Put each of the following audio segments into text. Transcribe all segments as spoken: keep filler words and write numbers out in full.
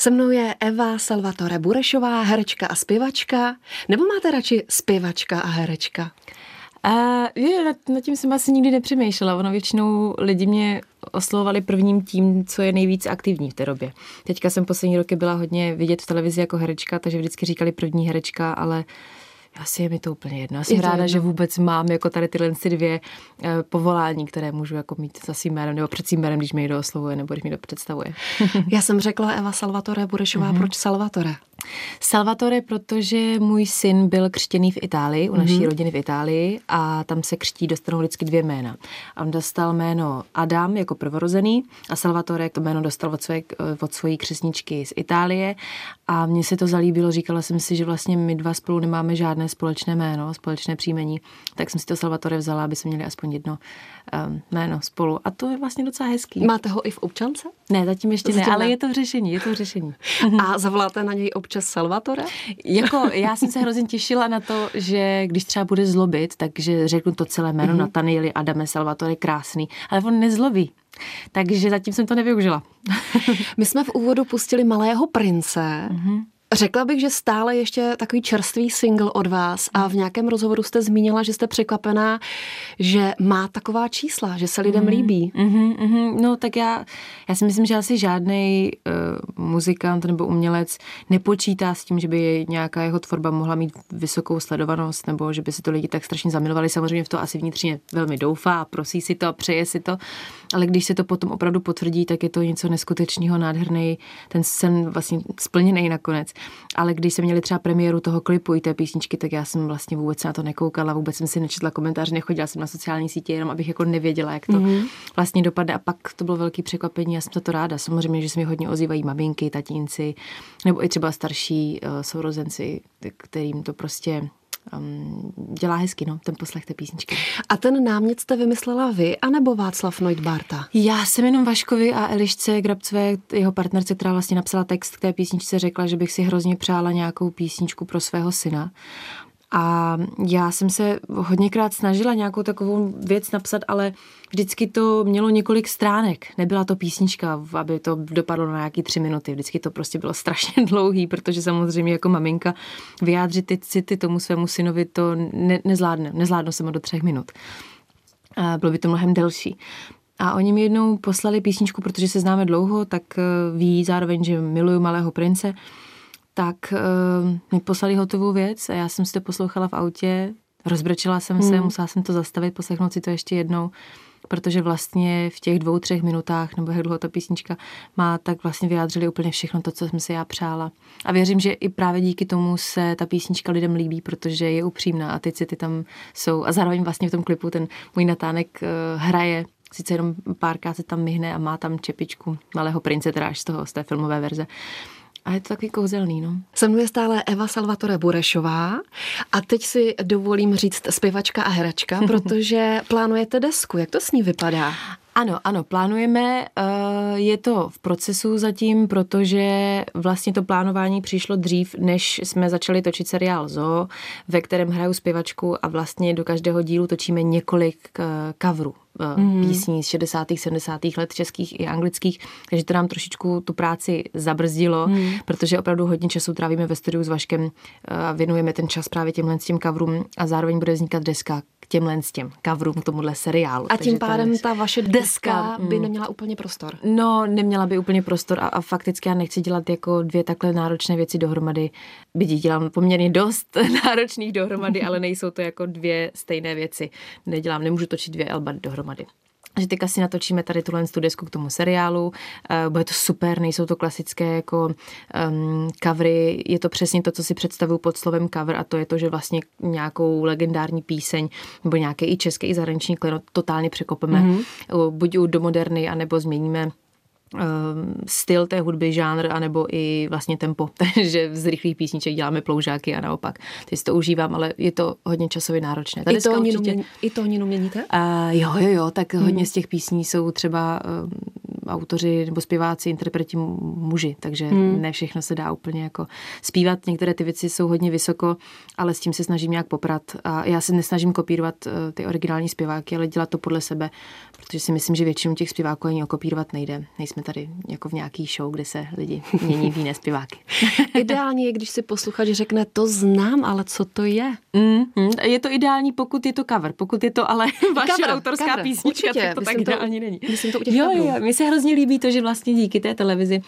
Se mnou je Eva Salvatore Burešová, herečka a zpěvačka. Nebo máte radši zpěvačka a herečka? Uh, je, nad, nad tím jsem asi nikdy nepřemýšlela. Ono většinou lidi mě oslovovali prvním tím, co je nejvíc aktivní v té době. Teďka jsem poslední roky byla hodně vidět v televizi jako herečka, takže vždycky říkali první herečka, ale asi je mi to úplně jedno. Já jsem ráda, jedno. Že vůbec mám jako tady tyhle dvě uh, povolání, které můžu jako mít za svým jménem nebo před svým jménem, když mě někdo oslovuje nebo když mě to představuje. Já jsem řekla Eva Salvatore Burešová, mm-hmm. Proč Salvatore? Salvatore, protože můj syn byl křtěný v Itálii, u naší mm-hmm. rodiny v Itálii a tam se křtí, dostanou vždycky dvě jména. A on dostal jméno Adam jako prvorozený a Salvatore to jméno dostal od, své, od svojí křesničky z Itálie a mně se to zalíbilo, říkala jsem si, že vlastně my dva spolu nemáme žádné společné jméno, společné příjmení, tak jsem si to Salvatore vzala, aby jsme měli aspoň jedno um, jméno spolu a to je vlastně docela hezký. Máte ho i v občance? Ne, zatím ještě zatím ne, ale ne. je to v řešení, je to v řešení. A zavoláte na něj občas Salvatore? Jako, já jsem se hrozně těšila na to, že když třeba bude zlobit, takže řeknu to celé jméno mm-hmm. Nathanieli Adame Salvatore, krásný, ale on nezlobí. Takže zatím jsem to nevyužila. My jsme v úvodu pustili Malého prince. Mm-hmm. Řekla bych, že stále ještě takový čerstvý single od vás a v nějakém rozhovoru jste zmínila, že jste překvapená, že má taková čísla, že se lidem mm, líbí. Mm, mm, no tak já, já si myslím, že asi žádnej uh, muzikant nebo umělec nepočítá s tím, že by nějaká jeho tvorba mohla mít vysokou sledovanost nebo že by si to lidi tak strašně zamilovali. Samozřejmě v to asi vnitřně velmi doufá a prosí si to a přeje si to, ale když se to potom opravdu potvrdí, tak je to něco neskutečného, nádherný, ten sen vlastně splněný nakonec. Ale když jsme měli třeba premiéru toho klipu i té písničky, tak já jsem vlastně vůbec na to nekoukala, vůbec jsem si nečetla komentář, nechodila jsem na sociální sítě, jenom abych jako nevěděla, jak to mm-hmm. vlastně dopadne. A pak to bylo velký překvapení, já jsem za to ráda. Samozřejmě, že se mi hodně ozývají maminky, tatínci, nebo i třeba starší uh, sourozenci, kterým to prostě Um, dělá hezky, no, ten poslech té písničky. A ten námět jste vymyslela vy, anebo Václav Neudbarta? Já jsem jenom Vaškovi a Elišce Grabcové, jeho partnerce, která vlastně napsala text k té písničce, řekla, že bych si hrozně přála nějakou písničku pro svého syna. A já jsem se hodněkrát snažila nějakou takovou věc napsat, ale vždycky to mělo několik stránek. Nebyla to písnička, aby to dopadlo na nějaký tři minuty. Vždycky to prostě bylo strašně dlouhý, protože samozřejmě jako maminka vyjádřit ty city tomu svému synovi to ne, nezvládne. Nezvládnu jsem ho do třech minut. A bylo by to mnohem delší. A oni mi jednou poslali písničku, protože se známe dlouho, tak ví zároveň, že miluju Malého prince, tak uh, mi poslali hotovou věc a já jsem si to poslouchala v autě, rozbrečela jsem se, hmm. musela jsem to zastavit, poslechnout si to ještě jednou, protože vlastně v těch dvou, třech minutách, nebo jak dlouho ta písnička má, tak vlastně vyjádřili úplně všechno to, co jsem si já přála. A věřím, že i právě díky tomu se ta písnička lidem líbí, protože je upřímná a ty city tam jsou. A zároveň vlastně v tom klipu ten můj Natánek uh, hraje, sice jenom párkrát se tam myhne a má tam čepičku Malého prince, teda až z toho, z té filmové verze. A je to takový kouzelný, no. Se mnou je stále Eva Salvatore Burešová a teď si dovolím říct zpěvačka a herečka, protože plánujete desku. Jak to s ní vypadá? Ano, ano, plánujeme, je to v procesu zatím, protože vlastně to plánování přišlo dřív, než jsme začali točit seriál Zoo, ve kterém hraju zpěvačku a vlastně do každého dílu točíme několik coverů. Mm. Písní z šedesátých sedmdesátých let českých i anglických, takže to nám trošičku tu práci zabrzdilo, mm. protože opravdu hodně času trávíme ve studiu s Vaškem a věnujeme ten čas právě těmhle s těm coverům a zároveň bude vznikat deska k těmhle s těm coverům, k tomuhle seriálu. A tím pádem je... ta vaše deska by neměla úplně prostor. No, neměla by úplně prostor a, a fakticky já nechci dělat jako dvě takhle náročné věci dohromady. Byť dělám poměrně dost náročných dohromady, ale nejsou to jako dvě stejné věci. Nedělám, nemůžu točit dvě alba dohromady. Že teďka si natočíme tady tuhle desku k tomu seriálu, uh, bude to super, nejsou to klasické jako um, covery, je to přesně to, co si představuju pod slovem cover a to je to, že vlastně nějakou legendární píseň nebo nějaký i český, i zahraniční klenot totálně překopeme, mm-hmm. buď do moderny, anebo změníme styl té hudby, žánr, anebo i vlastně tempo. Takže z rychlých písniček děláme ploužáky a naopak. Teď si to užívám, ale je to hodně časově náročné. I to, určitě... mění, I to měníte? Uh, jo, jo, jo, tak hmm. hodně z těch písní jsou třeba uh, autoři nebo zpěváci, interpreti muži, takže hmm. ne všechno se dá úplně jako zpívat. Některé ty věci jsou hodně vysoko, ale s tím se snažím nějak poprat. A já se nesnažím kopírovat ty originální zpěváky, ale dělat to podle sebe, protože si myslím, že většinu těch zpěváků ani okopírovat nejde. Nejsme tady jako v nějaký show, kde se lidi mění v jiné zpěváky. Ideálně je, když si posluchač řekne, to znám, ale co to je? Mm, mm, je to ideální, pokud je to cover, pokud je to ale vaše cover, autorská cover. písnička, Určitě, tak to tak ideální není. Myslím to u těch jo, jo, mně se hrozně líbí to, že vlastně díky té televizi,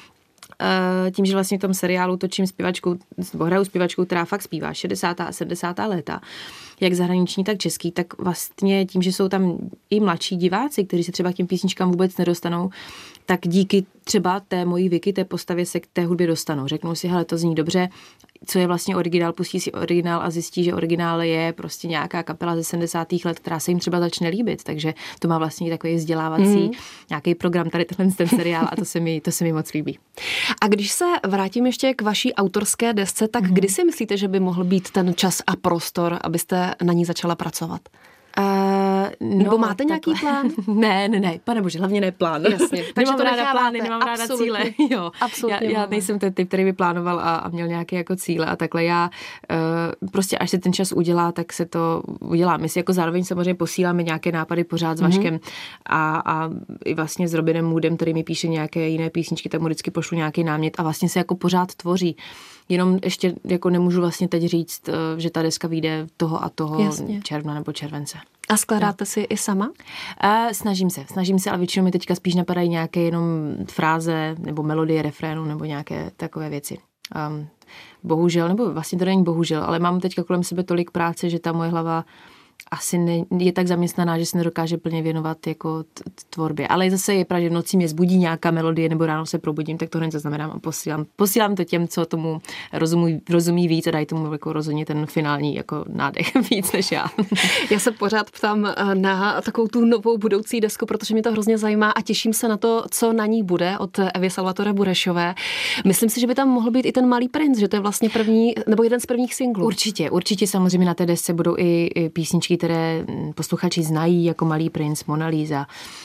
tím, že vlastně v tom seriálu točím zpěvačku, nebo hraju zpěvačku, která fakt zpívá šedesátá a sedmdesátá léta, jak zahraniční, tak český, tak vlastně tím, že jsou tam i mladší diváci, kteří se třeba k těm písničkám vůbec nedostanou, tak díky třeba té mojí Vicky, té postavě se k té hudbě dostanou. Řeknou si, hele, to zní dobře, co je vlastně originál, pustí si originál a zjistí, že originál je prostě nějaká kapela ze sedmdesátých let, která se jim třeba začne líbit, takže to má vlastně takový vzdělávací mm. nějaký program, tady tenhle ten seriál a to se mi, to se mi moc líbí. A když se vrátím ještě k vaší autorské desce, tak mm. kdy si myslíte, že by mohl být ten čas a prostor, abyste na ní začala pracovat? Uh, no, Nebo máte nějaký plán? ne, ne, ne, pane bože, hlavně ne plán. Jasně. Takže nemám ráda plány, nemám ráda cíle. Jo. Absolutně. Já, já nejsem ten typ, který by plánoval a, a měl nějaké jako cíle a takhle. Já uh, prostě až se ten čas udělá, tak se to udělá. My si jako zároveň samozřejmě posíláme nějaké nápady pořád s Vaškem mm-hmm. a, a i vlastně s Robinem Moodem, který mi píše nějaké jiné písničky, tak mu vždycky pošlu nějaký námět a vlastně se jako pořád tvoří. Jenom ještě jako nemůžu vlastně teď říct, že ta deska vyjde toho a toho Jasně. června nebo července. A skládáte si i sama? A snažím se, snažím se, ale většinou mi teďka spíš napadají nějaké jenom fráze nebo melodie refrénu nebo nějaké takové věci. Um, bohužel, nebo vlastně to není bohužel, ale mám teďka kolem sebe tolik práce, že ta moje hlava asi ne, je tak zaměstnaná, že se nedokáže plně věnovat jako t- tvorbě. Ale zase je pravda, že v noci mě zbudí nějaká melodie nebo ráno se probudím, tak to hned zaznamenám a posílám. Posílám to těm, co tomu rozumí, rozumí víc a dají tomu jako rozhodně ten finální jako nádech víc než já. Já se pořád ptám na takovou tu novou budoucí desku, protože mě to hrozně zajímá a těším se na to, co na ní bude od Evy Salvatore Burešové. Myslím si, že by tam mohl být i ten Malý princ, že to je vlastně první nebo jeden z prvních singlů. Určitě, určitě samozřejmě na té desce budou i, i písničky, které posluchači znají, jako Malý princ, Mona Lisa.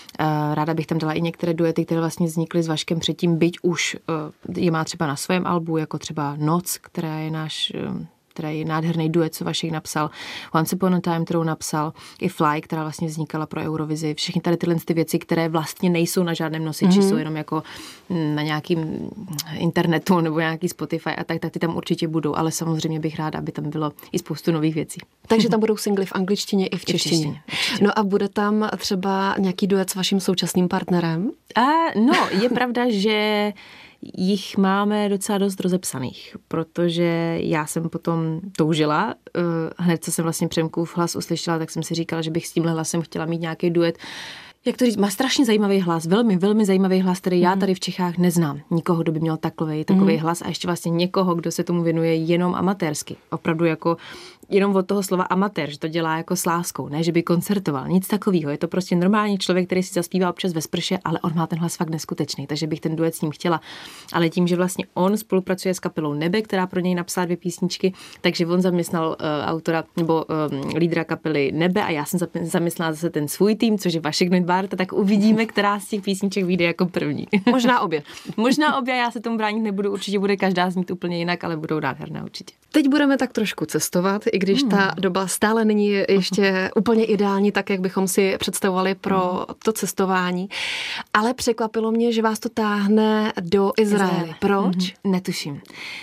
Ráda bych tam dala i některé duety, které vlastně vznikly s Vaškem předtím, byť už je má třeba na svém albu, jako třeba Noc, která je náš která je nádherný duet, co Vašek napsal, Once Upon a Time, kterou napsal, i Fly, která vlastně vznikala pro Eurovizi. Všechny tady tyhle ty věci, které vlastně nejsou na žádném nosiči, mm-hmm. jsou jenom jako na nějakým internetu nebo nějaký Spotify a tak, tak ty tam určitě budou, ale samozřejmě bych ráda, aby tam bylo i spoustu nových věcí. Takže tam budou singly v angličtině i v češtině. I v češtině. No a bude tam třeba nějaký duet s vaším současným partnerem? A, no, je pravda, že jich máme docela dost rozepsaných, protože já jsem potom toužila, hned co jsem vlastně Přemkův hlas uslyšela, tak jsem si říkala, že bych s tímhle hlasem chtěla mít nějaký duet. Jak to říct, má strašně zajímavý hlas, velmi, velmi zajímavý hlas, který já tady v Čechách neznám. Nikoho, kdo by měl takovej, takovej mm. hlas a ještě vlastně někoho, kdo se tomu věnuje jenom amatérsky. Opravdu jako jenom od toho slova amatér, že to dělá jako s láskou, ne, že by koncertoval, nic takového. Je to prostě normální člověk, který si zaspívá občas ve sprše, ale on má ten hlas fakt neskutečný, takže bych ten duet s ním chtěla. Ale tím, že vlastně on spolupracuje s kapelou Nebe, která pro něj napsala dvě písničky, takže on zaměstnal uh, autora nebo um, lídra kapely Nebe a já jsem zaměstnala zase ten svůj tým, což je Vašek Nidbárta, tak uvidíme, která z těch písniček vyjde jako první. Možná obě. Možná obě, já se tomu bránit nebudu, určitě bude každá znít úplně jinak, ale budou nádherné určitě. Teď budeme tak trošku cestovat, i když hmm. ta doba stále není ještě úplně ideální, tak jak bychom si představovali pro to cestování. Ale překvapilo mě, že vás to táhne do Izraele. Izraele. Proč? Mm-hmm. Netuším.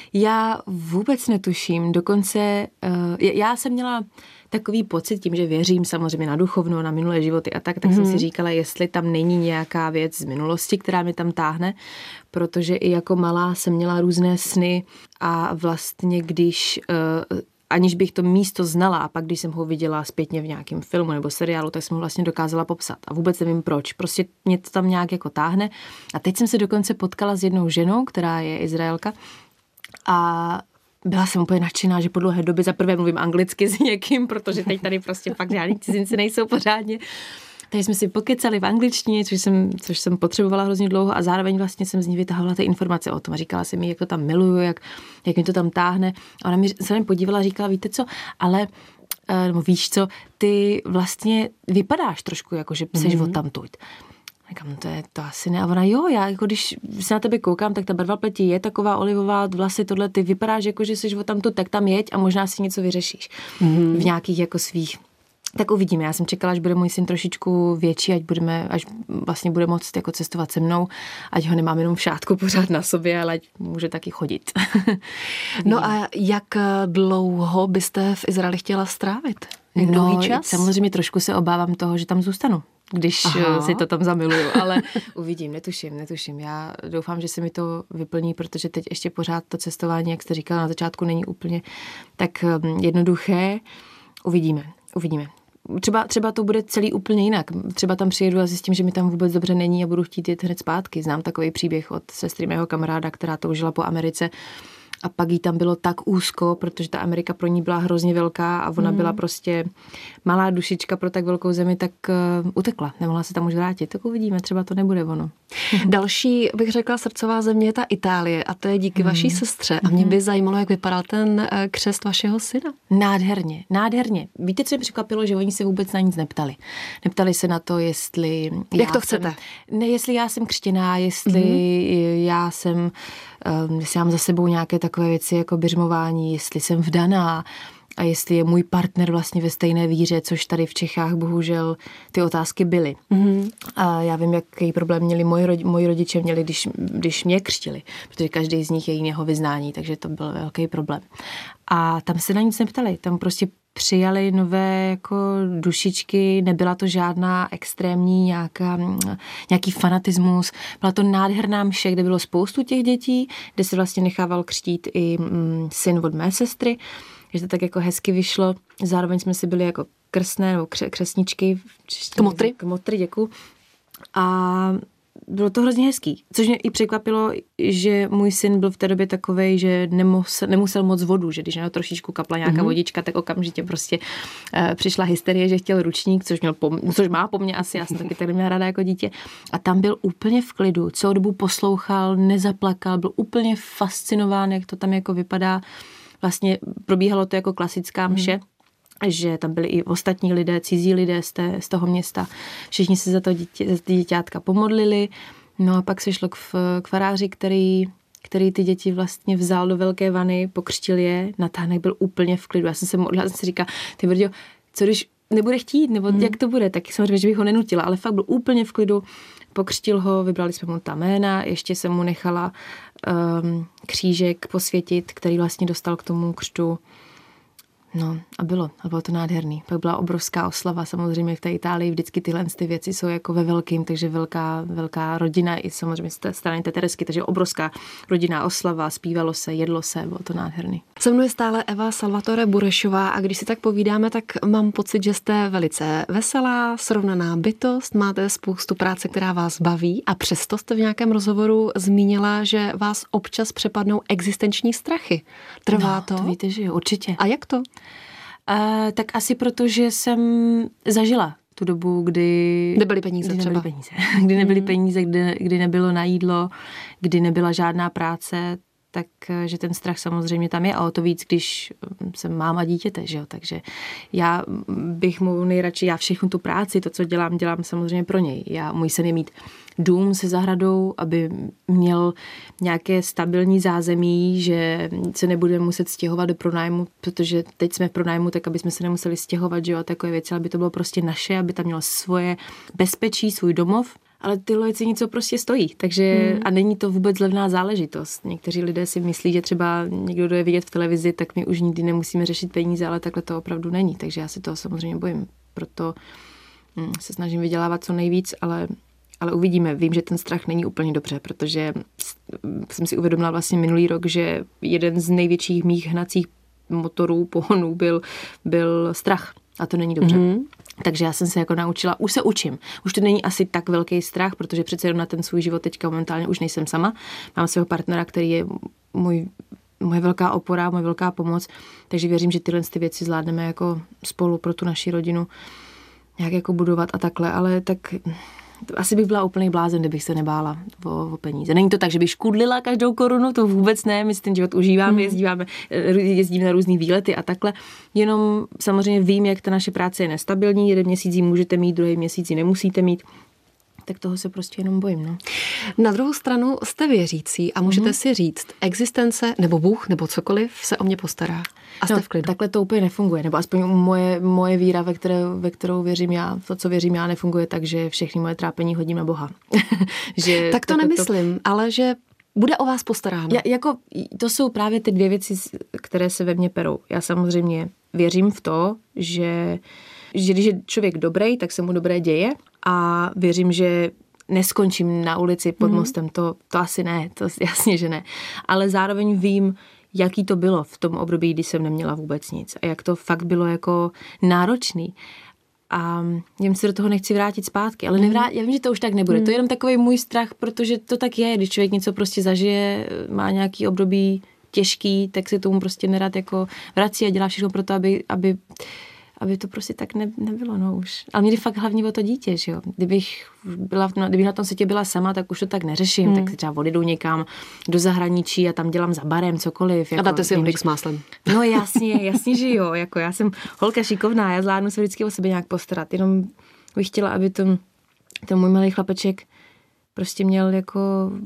Já vůbec netuším. Dokonce uh, já jsem měla takový pocit tím, že věřím samozřejmě na duchovno, na minulé životy a tak, tak mm-hmm. jsem si říkala, jestli tam není nějaká věc z minulosti, která mi tam táhne, protože i jako malá jsem měla různé sny a vlastně když uh, aniž bych to místo znala a pak, když jsem ho viděla zpětně v nějakém filmu nebo seriálu, tak jsem ho vlastně dokázala popsat. A vůbec nevím proč. Prostě mě to tam nějak jako táhne. A teď jsem se dokonce potkala s jednou ženou, která je Izraelka a byla jsem úplně nadšená, že po dlouhé době za prvé mluvím anglicky s někým, protože teď tady prostě fakt žádný cizinci nejsou pořádně. Takže jsme si pokecali v angličtině, což jsem, což jsem potřebovala hrozně dlouho a zároveň vlastně jsem z ní vytahovala ty informace o tom a říkala jsem jí, jak to tam miluju, jak, jak mi to tam táhne. A ona mi se mi podívala a říkala, víte co, ale nebo víš co, ty vlastně vypadáš trošku jako, že jsi mm-hmm. odtamtud. Říkám, no to, je, to asi ne. A ona, jo, já jako když se na tebe koukám, tak ta barva pleti je taková olivová, vlasy tohle, ty vypadáš jako, že jsi odtamtud, tak tam jeď a možná si něco vyřešíš. Mm. V nějakých jako svých. Tak uvidíme. Já jsem čekala, až bude můj syn trošičku větší, ať budeme, až vlastně bude moct jako cestovat se mnou, ať ho nemám jenom v šátku pořád na sobě, ale ať může taky chodit. No a jak dlouho byste v Izraeli chtěla strávit? Jak no, dlouhý čas? Samozřejmě trošku se obávám toho, že tam zůstanu, když Aha. si to tam zamiluju, ale uvidím, netuším, netuším. Já doufám, že se mi to vyplní, protože teď ještě pořád to cestování, jak jste říkala na začátku, není úplně tak jednoduché. Uvidíme, uvidíme. Třeba, třeba to bude celý úplně jinak. Třeba tam přijedu a zjistím, že mi tam vůbec dobře není a budu chtít jít hned zpátky. Znám takový příběh od sestry mého kamaráda, která toužila po Americe a pak jí tam bylo tak úzko, protože ta Amerika pro ní byla hrozně velká a ona mm. byla prostě malá dušička pro tak velkou zemi, tak uh, utekla. Nemohla se tam už vrátit. Tak uvidíme, třeba to nebude ono. Další, bych řekla, srdcová země je ta Itálie a to je díky mm. vaší sestře. A mě by zajímalo, jak vypadal ten křest vašeho syna. Nádherně, nádherně. Víte, co mě překvapilo, že oni se vůbec na nic neptali. Neptali se na to, jestli... Jak to chcete? Jsem, ne, jestli já jsem křtěná, jestli mm. já jsem... Um, jestli mám za sebou nějaké takové věci jako běžmování, jestli jsem vdaná a jestli je můj partner vlastně ve stejné víře, což tady v Čechách bohužel ty otázky byly. Mm-hmm. A já vím, jaký problém měli moji, rodi, moji rodiče měli, když, když mě křtili, protože každý z nich je jiného vyznání, takže to byl velký problém. A tam se na nic neptali, tam prostě přijali nové jako dušičky, nebyla to žádná extrémní nějaká, nějaký fanatismus, byla to nádherná mše, kde bylo spoustu těch dětí, kde se vlastně nechával křtít i mm, syn od mé sestry, že to tak jako hezky vyšlo, zároveň jsme si byli jako krstné nebo kře, křesničky. Kmotry. Kmotry, děkuju. A bylo to hrozně hezký, což mě i překvapilo, že můj syn byl v té době takovej, že nemusel, nemusel moc vodu, že když na trošičku kapla nějaká mm-hmm. vodička, tak okamžitě prostě uh, přišla hysterie, že chtěl ručník, což, měl po, což má po mně asi, já jsem taky tak měla ráda jako dítě. A tam byl úplně v klidu, celou dobu poslouchal, nezaplakal, byl úplně fascinován, jak to tam jako vypadá. Vlastně probíhalo to jako klasická mše, mm. že tam byli i ostatní lidé, cizí lidé z, té, z toho města. Všichni se za to dítě, za ty děťátka pomodlili. No a pak se šlo k, k faráři, který, který ty děti vlastně vzal do velké vany, pokřtil je, natáhnek byl úplně v klidu. Já jsem se modlila, jsem si říkala, ty brďo, co když nebude chtít, nebo mm. jak to bude? Tak samozřejmě, že bych ho nenutila, ale fakt byl úplně v klidu. Pokřtil ho, vybrali jsme mu ta jména, ještě jsem mu nechala um, křížek posvětit, který vlastně dostal k tomu křtu. No a bylo, a bylo to nádherný. Pak byla obrovská oslava, samozřejmě v té Itálii vždycky tyhle ty věci jsou jako ve velkým, takže velká, velká rodina i samozřejmě z té strany té Teresky, takže obrovská rodinná oslava, zpívalo se, jedlo se, bylo to nádherný. Se mnou je stále Eva Salvatore Burešová a když si tak povídáme, tak mám pocit, že jste velice veselá, srovnaná bytost, máte spoustu práce, která vás baví a přesto jste v nějakém rozhovoru zmínila, že vás občas přepadnou existenční strachy. Trvá no, to? to víte, že jo, určitě. A jak to? Uh, tak asi proto, že jsem zažila tu dobu, kdy... Nebyly peníze kdy třeba. Nebyly peníze. Kdy nebyly peníze, kdy, kdy nebylo na jídlo, kdy nebyla žádná práce, takže ten strach samozřejmě tam je a o to víc, když jsem máma dítěte, že jo, takže já bych mu nejradši, já všechnu tu práci, to, co dělám, dělám samozřejmě pro něj. Já, můj sen je mít dům se zahradou, aby měl nějaké stabilní zázemí, že se nebudeme muset stěhovat do pronájmu, protože teď jsme v pronájmu, tak aby jsme se nemuseli stěhovat, že jo, takové věci, aby to bylo prostě naše, aby tam mělo svoje bezpečí, svůj domov. Ale tyhle věci něco prostě stojí, takže hmm. a není to vůbec levná záležitost. Někteří lidé si myslí, že třeba někdo, kdo je vidět v televizi, tak my už nikdy nemusíme řešit peníze, ale takhle to opravdu není, takže já si toho samozřejmě bojím. Proto hm, se snažím vydělávat co nejvíc, ale, ale uvidíme. Vím, že ten strach není úplně dobře, protože jsem si uvědomila vlastně minulý rok, že jeden z největších mých hnacích motorů, pohonů byl, byl strach a to není dobře. Hmm. Takže já jsem se jako naučila, už se učím. Už to není asi tak velký strach, protože přece jenom na ten svůj život teďka momentálně už nejsem sama. Mám svého partnera, který je můj, moje velká opora, moje velká pomoc, takže věřím, že tyhle ty věci zvládneme jako spolu pro tu naši rodinu nějak jako budovat a takhle, ale tak asi bych byla úplný blázen, kdybych se nebála o, o peníze. Není to tak, že bych škudlila každou korunu, to vůbec ne, my si ten život užíváme, hmm. jezdíme, jezdíme na různý výlety a takhle. Jenom samozřejmě vím, jak ta naše práce je nestabilní, jeden měsíc ji můžete mít, druhý měsíc ji nemusíte mít. tak toho se prostě jenom bojím. No. Na druhou stranu jste věřící a můžete mm-hmm. si říct, existence nebo Bůh nebo cokoliv se o mě postará. A jste no, v klidu. Takhle to úplně nefunguje, nebo aspoň moje, moje víra, ve, které, ve kterou věřím já, to, co věřím já, nefunguje tak, že všechny moje trápení hodím na Boha. že tak to nemyslím, to... ale že bude o vás postaráno. Já, jako, to jsou právě ty dvě věci, které se ve mně perou. Já samozřejmě věřím v to, že, že když je člověk dobrý, tak se mu dobré děje a věřím, že neskončím na ulici pod mm-hmm. mostem, to, to asi ne, to jasně, že ne. Ale zároveň vím, jaký to bylo v tom období, kdy jsem neměla vůbec nic a jak to fakt bylo jako náročný. A já se do toho nechci vrátit zpátky, ale nevrát, já vím, že to už tak nebude. Mm. To je jenom takový můj strach, protože to tak je, když člověk něco prostě zažije, má nějaký období těžký, tak se tomu prostě nerad jako vrací a dělá všechno pro to, aby, aby, aby to prostě tak ne, nebylo, no už. Ale mě jde fakt hlavně o to dítě, že jo. Kdybych, byla, kdybych na tom světě byla sama, tak už to tak neřeším, mm. tak třeba odjedu někam do zahraničí a tam dělám za barem cokoliv. Jako, a dáte si oblík s máslem. No jasně, jasně, že jo. Jako já jsem holka šikovná, já zvládnu se vždycky o sebe nějak postarat. Jenom bych chtěla, aby to, ten můj malý chlapeček prostě měl jako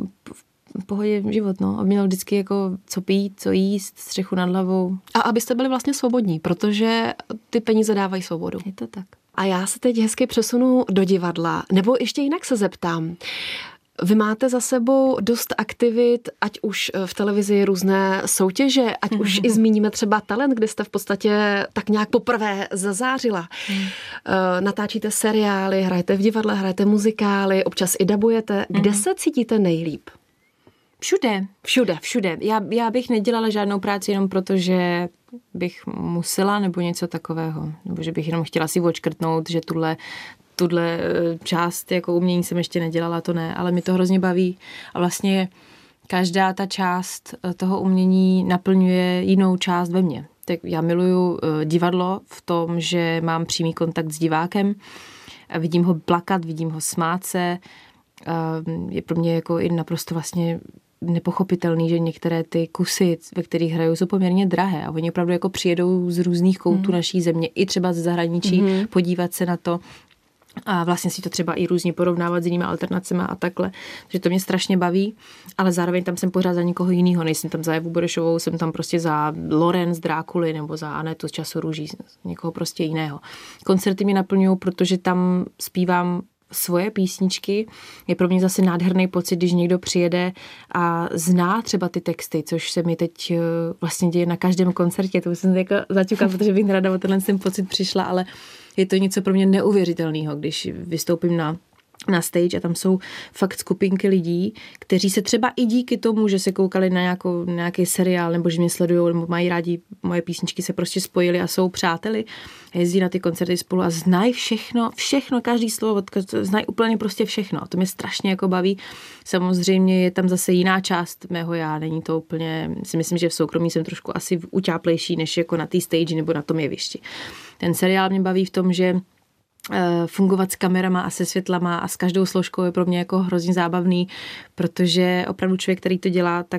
v pohodě život, no. Aby měl vždycky jako co pít, co jíst, střechu nad hlavou. A abyste byli vlastně svobodní, protože ty peníze dávají svobodu. Je to tak. A já se teď hezky přesunu do divadla, nebo ještě jinak se zeptám. Vy máte za sebou dost aktivit, ať už v televizi různé soutěže, ať mm. už i zmíníme třeba Talent, kde jste v podstatě tak nějak poprvé zazářila. Mm. Natáčíte seriály, hrajete v divadle, hrajete muzikály, občas i dabujete. Kde mm. se cítíte nejlíp? Všude. Všude. Všude. Já, já bych nedělala žádnou práci jenom proto, že bych musela nebo něco takového. Nebo že bych jenom chtěla si odškrtnout, že tuhle tuhle část jako umění jsem ještě nedělala, to ne, ale mi to hrozně baví a vlastně každá ta část toho umění naplňuje jinou část ve mně. Tak já miluju divadlo v tom, že mám přímý kontakt s divákem, vidím ho plakat, vidím ho smát se, je pro mě jako i naprosto vlastně nepochopitelný, že některé ty kusy, ve kterých hrajou, jsou poměrně drahé a oni opravdu jako přijedou z různých koutů mm. naší země, i třeba ze zahraničí, mm. podívat se na to a vlastně si to třeba i různě porovnávat s jinými alternacemi a takhle, že to mě strašně baví, ale zároveň tam jsem pořád za někoho jiného, nejsem tam za Evu Borešovou, jsem tam prostě za Loren z Drákuly nebo za Anetu z Času růží, někoho prostě jiného. Koncerty mě naplňují, protože tam zpívám svoje písničky. Je pro mě zase nádherný pocit, když někdo přijede a zná třeba ty texty, což se mi teď vlastně děje na každém koncertě. To jsem jako zaťukala, protože bych ráda o tenhle ten pocit přišla, ale je to něco pro mě neuvěřitelného, když vystoupím na na stage a tam jsou fakt skupinky lidí, kteří se třeba i díky tomu, že se koukali na nějakou, nějaký seriál nebo že mě sledujou nebo mají rádi moje písničky, se prostě spojili a jsou přáteli, jezdí na ty koncerty spolu a znají všechno, všechno, každý slovo, znají úplně prostě všechno. A to mě strašně jako baví. Samozřejmě je tam zase jiná část mého já, není to úplně, si myslím, že v soukromí jsem trošku asi utáplejší, než jako na té stage nebo na tom jevišti. Ten seriál mě baví v tom, že fungovat s kamerama a se světlama a s každou složkou je pro mě jako hrozně zábavný, protože opravdu člověk, který to dělá, tak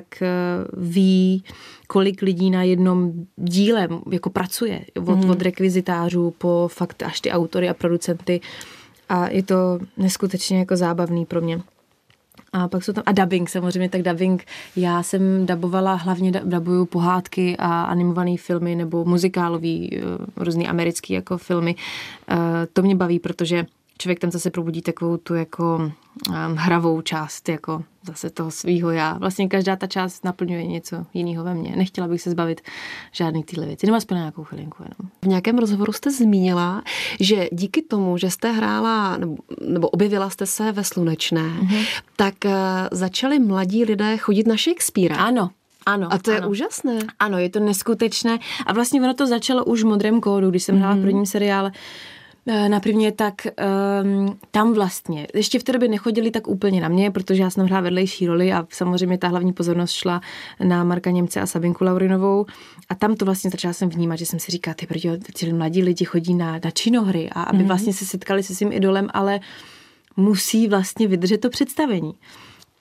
ví, kolik lidí na jednom díle jako pracuje. Od, mm. od rekvizitářů po fakt až ty autory a producenty a je to neskutečně jako zábavný pro mě. A pak jsou tam, a dubbing samozřejmě, tak dubbing, já jsem dabovala, hlavně dabuju pohádky a animované filmy nebo muzikálový, různý americký jako filmy. To mě baví, protože člověk tam zase probudí takovou tu jako hravou část, jako zase toho svýho já. Vlastně každá ta část naplňuje něco jiného ve mně. Nechtěla bych se zbavit žádný tyhle věci. Nebo aspoň na nějakou chvilinku jenom. V nějakém rozhovoru jste zmínila, že díky tomu, že jste hrála nebo, nebo objevila jste se ve Slunečné, mm-hmm. tak uh, začali mladí lidé chodit na Shakespearea. Ano. Ano, a to je ano. úžasné. Ano, je to neskutečné. A vlastně ono to začalo už v Modrém kódu, když jsem hrála mm-hmm. v prvním seriále na prvně, tak um, tam vlastně, ještě v té době nechodili tak úplně na mě, protože já jsem hrála vedlejší roli a samozřejmě ta hlavní pozornost šla na Marka Němce a Sabinku Laurinovou a tam to vlastně začala jsem vnímat, že jsem si říkala, ty brďo, ty mladí lidi chodí na, na činohry a aby mm-hmm. vlastně se setkali se svým idolem, ale musí vlastně vydržet to představení.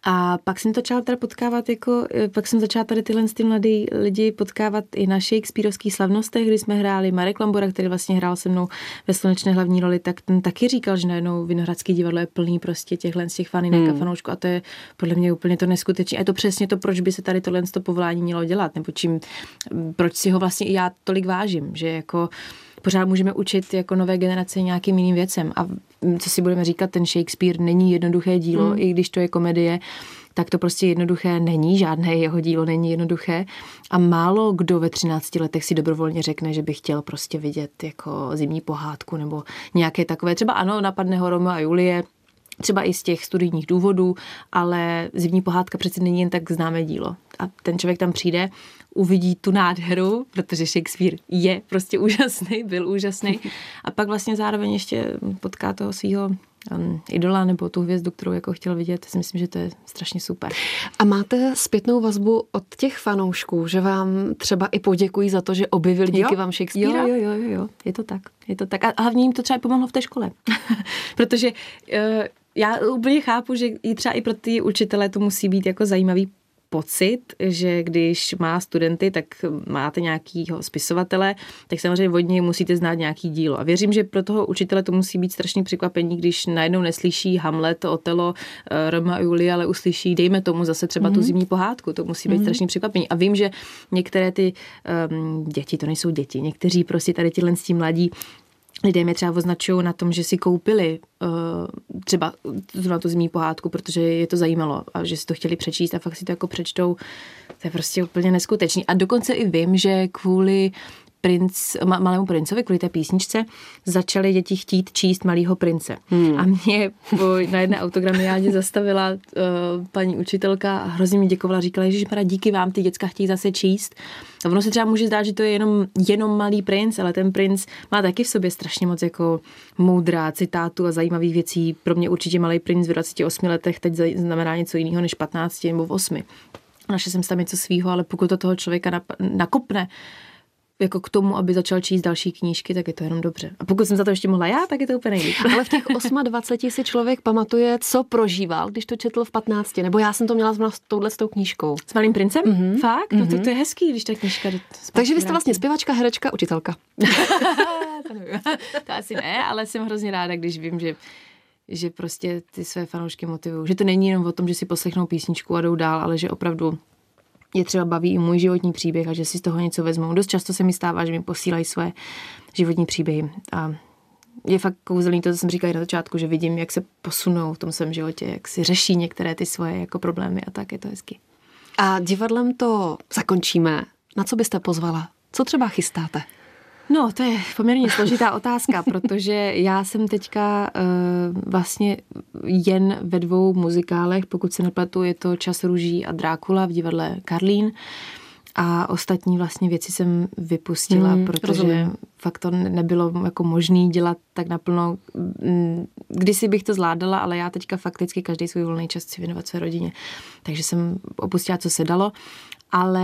A pak jsem začala teda potkávat jako, pak jsem začala tady tyhle ty mladý lidi potkávat i na Shakespeareovských slavnostech, kdy jsme hráli. Marek Lambora, který vlastně hrál se mnou ve Slunečné hlavní roli, tak ten taky říkal, že najednou Vinohradský divadlo je plný prostě těchhle z těch faninek hmm. a fanoušků a to je podle mě úplně to neskutečné. A je to přesně to, proč by se tady tohle to povolání mělo dělat, nebo čím, proč si ho vlastně i já tolik vážím, že jako pořád můžeme učit jako nové generace nějakým jiným věcem. A co si budeme říkat, ten Shakespeare není jednoduché dílo, mm. i když to je komedie, tak to prostě jednoduché není, žádné jeho dílo není jednoduché. A málo kdo ve třinácti letech si dobrovolně řekne, že by chtěl prostě vidět jako Zimní pohádku nebo nějaké takové. Třeba ano, napadne ho Romeo a Julie, třeba i z těch studijních důvodů, ale Zimní pohádka přece není jen tak známé dílo. A ten člověk tam přijde, uvidí tu nádheru, protože Shakespeare je prostě úžasný, byl úžasný. A pak vlastně zároveň ještě potká toho svého um, idola nebo tu hvězdu, kterou jako chtěl vidět. Já si myslím, že to je strašně super. A máte zpětnou vazbu od těch fanoušků, že vám třeba i poděkují za to, že objevili díky jo, vám Shakespearea? Jo, jo, jo, jo, je to tak. Je to tak. A hlavně jim to třeba pomohlo v té škole. Protože uh, já úplně chápu, že i třeba i pro ty učitele to musí být jako zajímavý pocit, že když má studenty, tak máte nějakýho spisovatele, tak samozřejmě od něj musíte znát nějaký dílo. A věřím, že pro toho učitele to musí být strašně překvapení, když najednou neslyší Hamlet, Otelo, Romeo a Julie, ale uslyší, dejme tomu zase třeba mm-hmm. tu Zimní pohádku. To musí být mm-hmm. strašně překvapení. A vím, že některé ty um, děti, to nejsou děti, někteří prostě tady tyhle s tím mladí lidé mě třeba označují na tom, že si koupili uh, třeba na tu Zimní pohádku, protože je to zajímalo a že si to chtěli přečíst a fakt si to jako přečtou. To je prostě úplně neskutečný. A dokonce i vím, že kvůli princ, ma, Malému princovi, kvůli té písničce, začaly děti chtít číst Malýho prince. Hmm. A mě po, na jedné autogramiádě zastavila uh, paní učitelka a hrozně mi děkovala, říkala, že díky vám ty děcka chtějí zase číst. A ono se třeba může zdát, že to je jenom, jenom Malý princ, ale ten princ má taky v sobě strašně moc jako moudrá citátů a zajímavých věcí. Pro mě určitě Malý princ v dvaceti osmi letech teď znamená něco jiného než patnácti nebo v osmi. Našla jsem tam něco svýho, ale pokud to toho člověka nakopne jako k tomu, aby začal číst další knížky, tak je to jenom dobře. A pokud jsem za to ještě mohla já, tak je to úplně nejlíp. Ale v těch dvaceti osmi si člověk pamatuje, co prožíval, když to četl v patnácti. Nebo já jsem to měla s touhle s tou knížkou. S Malým princem? Mm-hmm. Fakt? Mm-hmm. No to, to je hezký, když ta knížka... Takže vy jste vlastně zpěvačka, herečka, učitelka. to, to asi ne, ale jsem hrozně ráda, když vím, že že prostě ty své fanoušky motivují. Že to není jenom o tom, že si poslechnou písničku a jdou dál, ale že opravdu je třeba baví i můj životní příběh a že si z toho něco vezmou. Dost často se mi stává, že mi posílají své životní příběhy. A je fakt kouzelný to, co jsem říkala na začátku, že vidím, jak se posunou v tom svém životě, jak si řeší některé ty svoje jako problémy a tak je to hezky. A divadlem to zakončíme. Na co byste pozvala? Co třeba chystáte? No, to je poměrně složitá otázka, protože já jsem teďka uh, vlastně jen ve dvou muzikálech, pokud se nepletu, je to Čas růží a Drákula v divadle Karlín a ostatní vlastně věci jsem vypustila, hmm, protože rozumím. Fakt to nebylo jako možné dělat tak naplno. Kdysi bych to zvládala, ale já teďka fakticky každý svůj volný čas chci věnovat své rodině, takže jsem opustila, co se dalo, ale...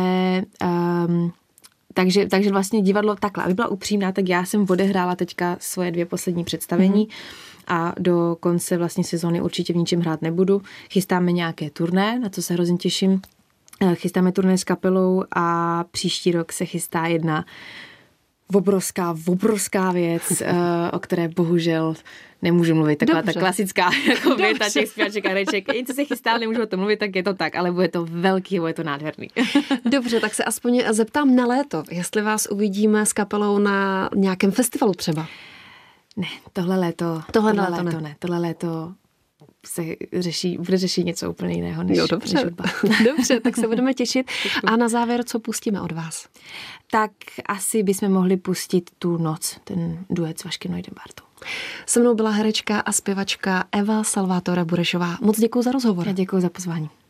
Um, Takže, takže vlastně divadlo takhle. Aby byla upřímná, tak já jsem odehrála teďka svoje dvě poslední představení mm-hmm. a do konce vlastně sezóny určitě v ničem hrát nebudu. Chystáme nějaké turné, na co se hrozně těším. Chystáme turné s kapelou a příští rok se chystá jedna obrovská, obrovská věc, o které bohužel nemůžu mluvit. Taková Dobře. Ta klasická jako věta těch zpěvaček a hereček. I co se chystá, nemůžu o tom mluvit, tak je to tak, ale bude to velký, bude to nádherný. Dobře, tak se aspoň zeptám na léto, jestli vás uvidíme s kapelou na nějakém festivalu třeba. Ne, tohle léto, tohle, tohle léto, léto ne. ne. Tohle léto se řeší, bude řešit něco úplně jiného než, jo, dobře. než hudba. Dobře, tak se budeme těšit. A na závěr, co pustíme od vás? Tak asi bychom mohli pustit Tu noc, ten duet s Vaškem Neudembartou. Se mnou byla herečka a zpěvačka Eva Salvatore Burešová. Moc děkuji za rozhovor. Já děkuji za pozvání.